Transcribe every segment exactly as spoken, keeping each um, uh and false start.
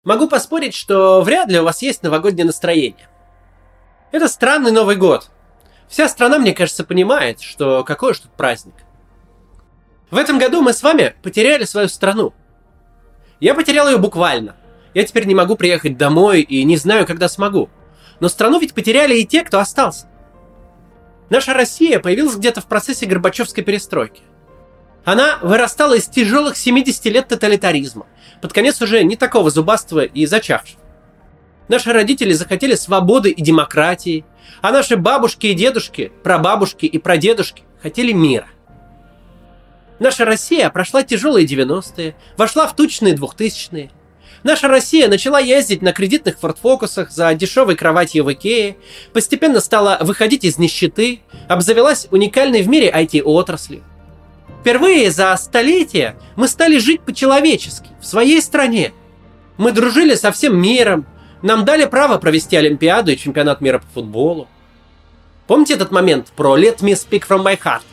Могу поспорить, что вряд ли у вас есть новогоднее настроение. Это странный Новый год. Вся страна, мне кажется, понимает, что какой уж тут праздник. В этом году мы с вами потеряли свою страну. Я потерял ее буквально. Я теперь не могу приехать домой и не знаю, когда смогу. Но страну ведь потеряли и те, кто остался. Наша Россия появилась где-то в процессе Горбачевской перестройки. Она вырастала из тяжелых семидесяти лет тоталитаризма, под конец уже не такого зубастого и зачахшего. Наши родители захотели свободы и демократии, а наши бабушки и дедушки, прабабушки и прадедушки хотели мира. Наша Россия прошла тяжелые девяностые, вошла в тучные двухтысячные. Наша Россия начала ездить на кредитных форд-фокусах за дешевой кроватью в Икее, постепенно стала выходить из нищеты, обзавелась уникальной в мире ай ти-отраслью. Впервые за столетия мы стали жить по-человечески, в своей стране. Мы дружили со всем миром, нам дали право провести Олимпиаду и чемпионат мира по футболу. Помните этот момент про «Let me speak from my heart»?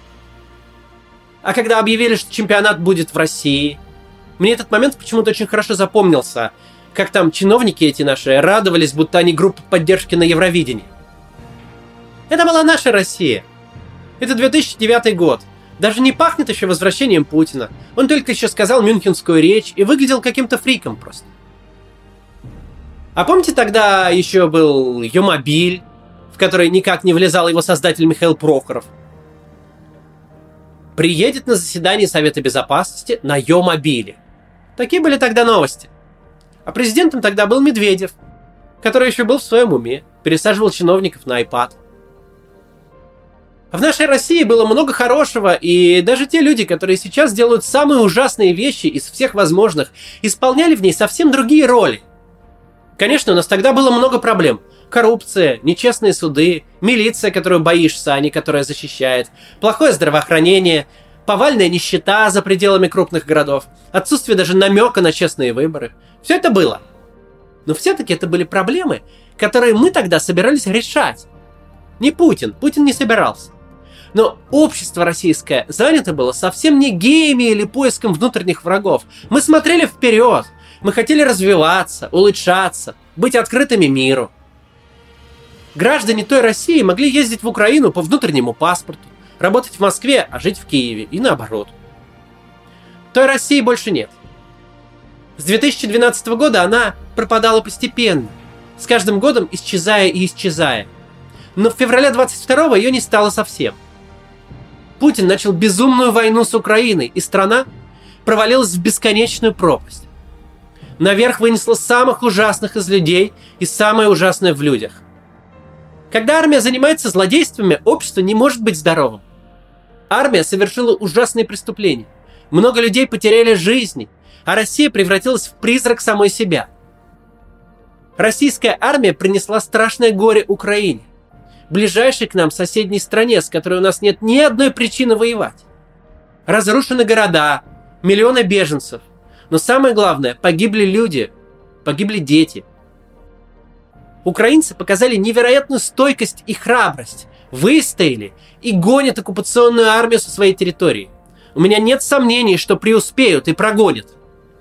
А когда объявили, что чемпионат будет в России, мне этот момент почему-то очень хорошо запомнился, как там чиновники эти наши радовались, будто они группа поддержки на Евровидении. Это была наша Россия. Это две тысячи девятый год. Даже не пахнет еще возвращением Путина. Он только еще сказал мюнхенскую речь и выглядел каким-то фриком просто. А помните, тогда еще был Е-мобиль, в который никак не влезал его создатель Михаил Прохоров? Приедет на заседание Совета Безопасности на Е-мобиле. Такие были тогда новости. А президентом тогда был Медведев, который еще был в своем уме, пересаживал чиновников на iPad. В нашей России было много хорошего, и даже те люди, которые сейчас делают самые ужасные вещи из всех возможных, исполняли в ней совсем другие роли. Конечно, у нас тогда было много проблем. Коррупция, нечестные суды, милиция, которую боишься, а не которая защищает, плохое здравоохранение, повальная нищета за пределами крупных городов, отсутствие даже намека на честные выборы. Все это было. Но все-таки это были проблемы, которые мы тогда собирались решать. Не Путин, Путин не собирался. Но общество российское занято было совсем не геями или поиском внутренних врагов. Мы смотрели вперед. Мы хотели развиваться, улучшаться, быть открытыми миру. Граждане той России могли ездить в Украину по внутреннему паспорту, работать в Москве, а жить в Киеве, и наоборот. Той России больше нет. С две тысячи двенадцатого года она пропадала постепенно, с каждым годом исчезая и исчезая. Но в феврале двадцать второго ее не стало совсем. Путин начал безумную войну с Украиной, и страна провалилась в бесконечную пропасть. Наверх вынесло самых ужасных из людей и самое ужасное в людях. Когда армия занимается злодействами, общество не может быть здоровым. Армия совершила ужасные преступления. Много людей потеряли жизни, а Россия превратилась в призрак самой себя. Российская армия принесла страшное горе Украине, ближайшей к нам соседней стране, с которой у нас нет ни одной причины воевать. Разрушены города, миллионы беженцев. Но самое главное, погибли люди, погибли дети. Украинцы показали невероятную стойкость и храбрость, выстояли и гонят оккупационную армию со своей территории. У меня нет сомнений, что преуспеют и прогонят.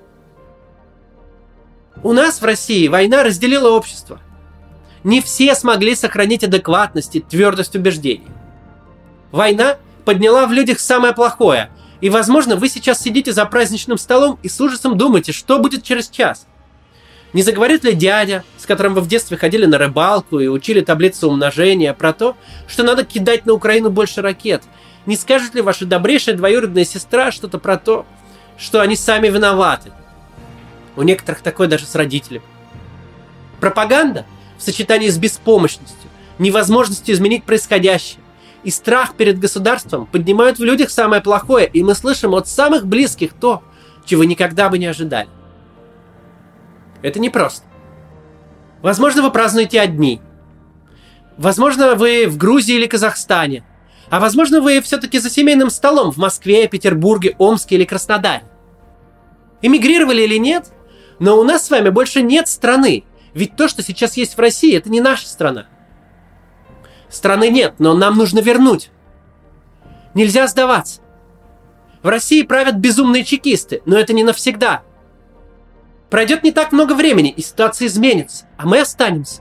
У нас в России война разделила общество. Не все смогли сохранить адекватность и твердость убеждений. Война подняла в людях самое плохое, и, возможно, вы сейчас сидите за праздничным столом и с ужасом думаете, что будет через час. Не заговорит ли дядя, с которым вы в детстве ходили на рыбалку и учили таблицу умножения, про то, что надо кидать на Украину больше ракет? Не скажет ли ваша добрейшая двоюродная сестра что-то про то, что они сами виноваты? У некоторых такое даже с родителями. Пропаганда в сочетании с беспомощностью, невозможностью изменить происходящее и страх перед государством поднимают в людях самое плохое, и мы слышим от самых близких то, чего никогда бы не ожидали. Это непросто. Возможно, вы празднуете одни. Возможно, вы в Грузии или Казахстане. А возможно, вы все-таки за семейным столом в Москве, Петербурге, Омске или Краснодаре. Эмигрировали или нет, но у нас с вами больше нет страны. Ведь то, что сейчас есть в России, это не наша страна. Страны нет, но нам нужно вернуть. Нельзя сдаваться. В России правят безумные чекисты, но это не навсегда. Пройдет не так много времени, и ситуация изменится, а мы останемся.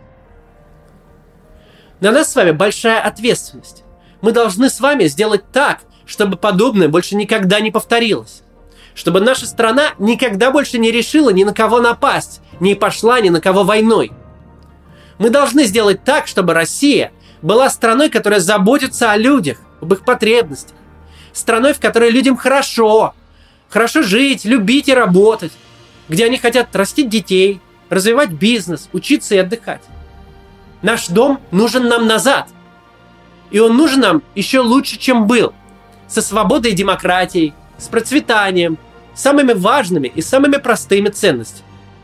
На нас с вами большая ответственность. Мы должны с вами сделать так, чтобы подобное больше никогда не повторилось. Чтобы наша страна никогда больше не решила ни на кого напасть, не пошла ни на кого войной. Мы должны сделать так, чтобы Россия была страной, которая заботится о людях, об их потребностях. Страной, в которой людям хорошо. Хорошо жить, любить и работать. Где они хотят растить детей, развивать бизнес, учиться и отдыхать. Наш дом нужен нам назад. И он нужен нам еще лучше, чем был. Со свободой и демократией, с процветанием, самыми важными и самыми простыми ценностями.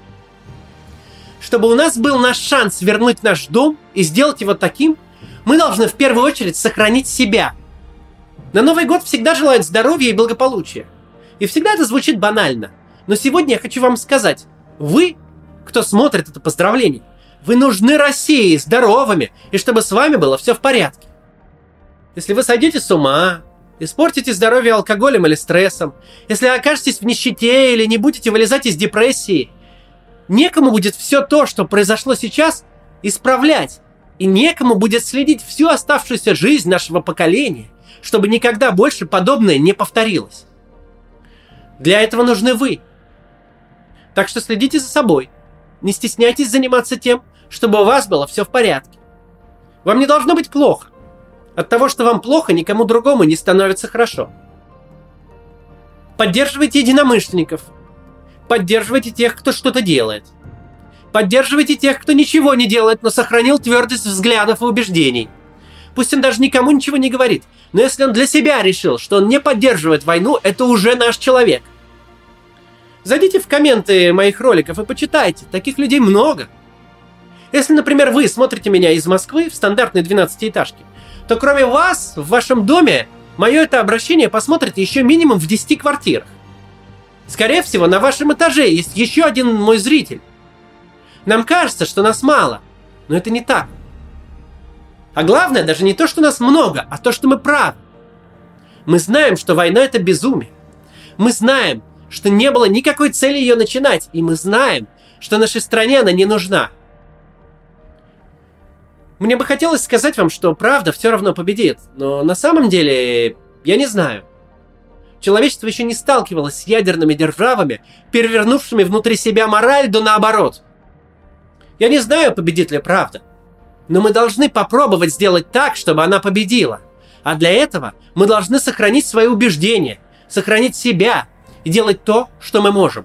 Чтобы у нас был наш шанс вернуть наш дом и сделать его таким, мы должны в первую очередь сохранить себя. На Новый год всегда желают здоровья и благополучия. И всегда это звучит банально. Но сегодня я хочу вам сказать, вы, кто смотрит это поздравление, вы нужны России здоровыми, и чтобы с вами было все в порядке. Если вы сойдете с ума, испортите здоровье алкоголем или стрессом, если окажетесь в нищете или не будете вылезать из депрессии, некому будет все то, что произошло сейчас, исправлять. И некому будет следить всю оставшуюся жизнь нашего поколения, чтобы никогда больше подобное не повторилось. Для этого нужны вы. Так что следите за собой. Не стесняйтесь заниматься тем, чтобы у вас было все в порядке. Вам не должно быть плохо. От того, что вам плохо, никому другому не становится хорошо. Поддерживайте единомышленников. Поддерживайте тех, кто что-то делает. Поддерживайте тех, кто ничего не делает, но сохранил твердость взглядов и убеждений. Пусть он даже никому ничего не говорит, но если он для себя решил, что он не поддерживает войну, это уже наш человек. Зайдите в комменты моих роликов и почитайте, таких людей много. Если, например, вы смотрите меня из Москвы в стандартной двенадцатиэтажке, то кроме вас, в вашем доме, мое это обращение посмотрите еще минимум в десяти квартирах. Скорее всего, на вашем этаже есть еще один мой зритель. Нам кажется, что нас мало, но это не так. А главное даже не то, что нас много, а то, что мы правы. Мы знаем, что война – это безумие. Мы знаем, что не было никакой цели ее начинать, и мы знаем, что нашей стране она не нужна. Мне бы хотелось сказать вам, что правда все равно победит, но на самом деле я не знаю. Человечество еще не сталкивалось с ядерными державами, перевернувшими внутри себя мораль, да наоборот. Я не знаю, победит ли правда, но мы должны попробовать сделать так, чтобы она победила. А для этого мы должны сохранить свои убеждения, сохранить себя и делать то, что мы можем.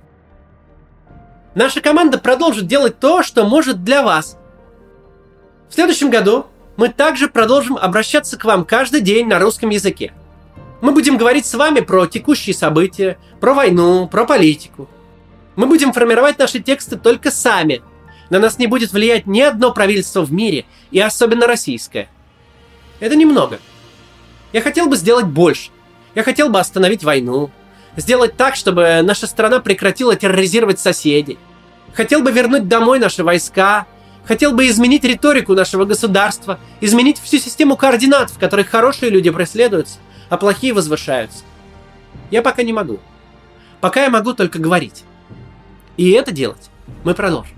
Наша команда продолжит делать то, что может для вас. В следующем году мы также продолжим обращаться к вам каждый день на русском языке. Мы будем говорить с вами про текущие события, про войну, про политику. Мы будем формировать наши тексты только сами. На нас не будет влиять ни одно правительство в мире, и особенно российское. Это немного. Я хотел бы сделать больше. Я хотел бы остановить войну. Сделать так, чтобы наша страна прекратила терроризировать соседей. Хотел бы вернуть домой наши войска. Хотел бы изменить риторику нашего государства. Изменить всю систему координат, в которой хорошие люди преследуются, а плохие возвышаются. Я пока не могу. Пока я могу только говорить. И это делать мы продолжим.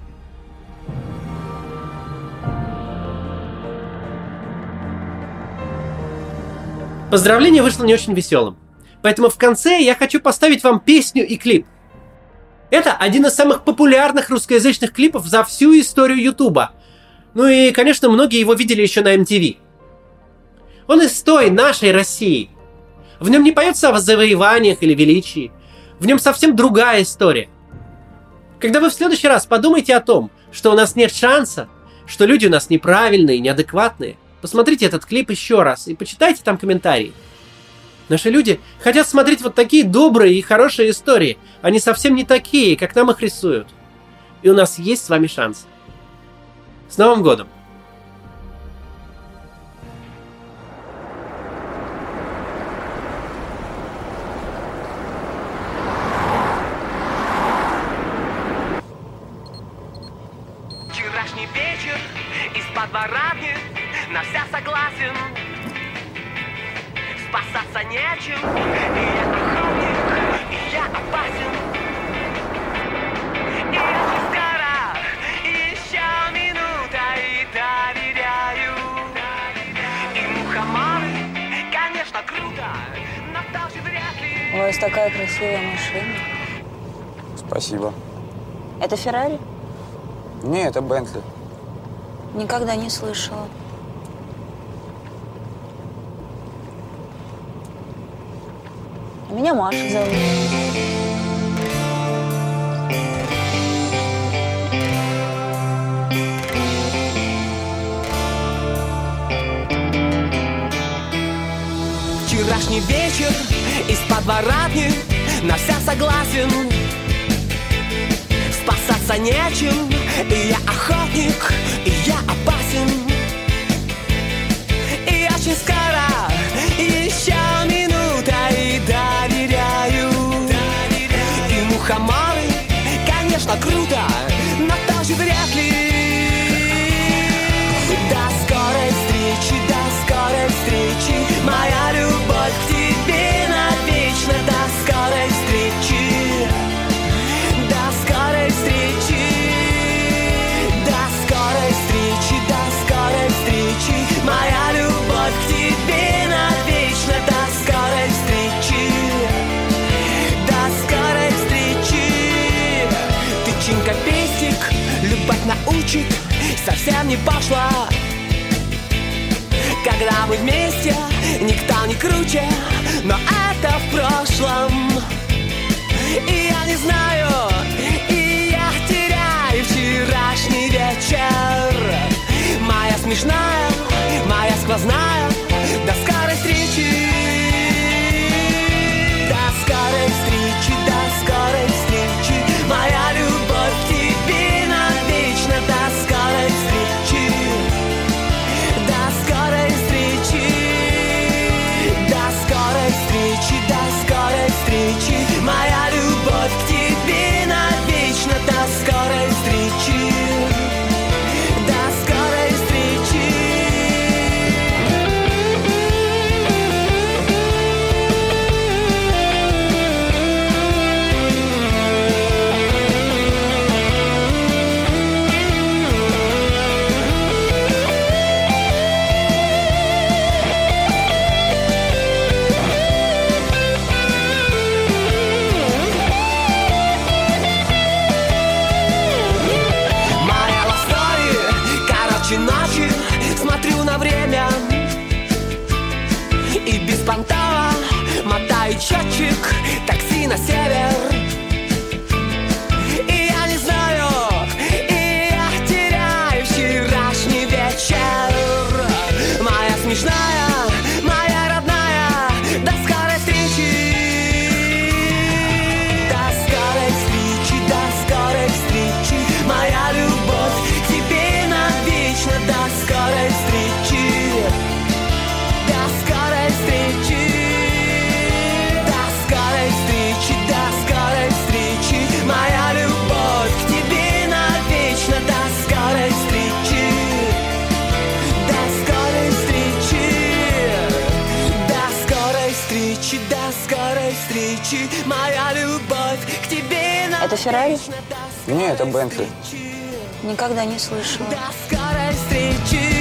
Поздравление вышло не очень веселым. Поэтому в конце я хочу поставить вам песню и клип. Это один из самых популярных русскоязычных клипов за всю историю Ютуба. Ну и, конечно, многие его видели еще на эм ти ви. Он из той нашей России. В нем не поется о завоеваниях или величии. В нем совсем другая история. Когда вы в следующий раз подумаете о том, что у нас нет шанса, что люди у нас неправильные, неадекватные, посмотрите этот клип еще раз и почитайте там комментарии. Наши люди хотят смотреть вот такие добрые и хорошие истории. Они совсем не такие, как нам их рисуют. И у нас есть с вами шанс. С Новым годом! Вчерашний вечер из подворотни на вся согласен. Спасаться нечем, и я охотник, и я опасен. вас такая красивая машина. Спасибо. Это Феррари? Не, это Бентли. Никогда не слышала. А меня Маша зовут. Вчерашний вечер из подворотни на вся согласен. Спасаться нечем, и я охотник, и я опасен. И очень скоро, еще минута, и доверяю. И мухоморы, конечно, круто, но тоже вряд ли. До скорой встречи, до скорой встречи, моя любовь к тебе навечно. До скорой встречи, до скорой встречи, до скорой встречи, до скорой встречи, моя любовь к тебе навечно. До скорой встречи, до скорой встречи. Тычинка пестик, любовь научит, совсем не пошла. Когда мы вместе, никто не круче, но это в прошлом. И я не знаю, и я теряю вчерашний вечер. Моя смешная, моя сквозная, до скорой встречи. До скорой встречи, до скорой встречи, моя любовь к тебе навечно. До скорой встречи, до скорой встречи, до скорой встречи, до скорой встречи, моя любовь к тебе навечно. До скорой встречи, до скорой встречи. Моя love story, короче ночи, смотрю на время и беспонтово мотаю счетчик такси на север. И я не знаю, и я теряю вчерашний вечер. Моя смешная, моя родная, до скорой встречи. До скорой встречи, до скорой встречи, моя любовь к тебе навечно. До скорой встречи, до скорой встречи, до скорой встречи, до скорой встречи, моя любовь к тебе навечно. До скорой встречи, до скорой встречи, до скорой встречи, до скорой встречи, моя любовь к тебе навечно. Это Феррари? Не, это Бентли. Никогда не слышала. До скорой встречи.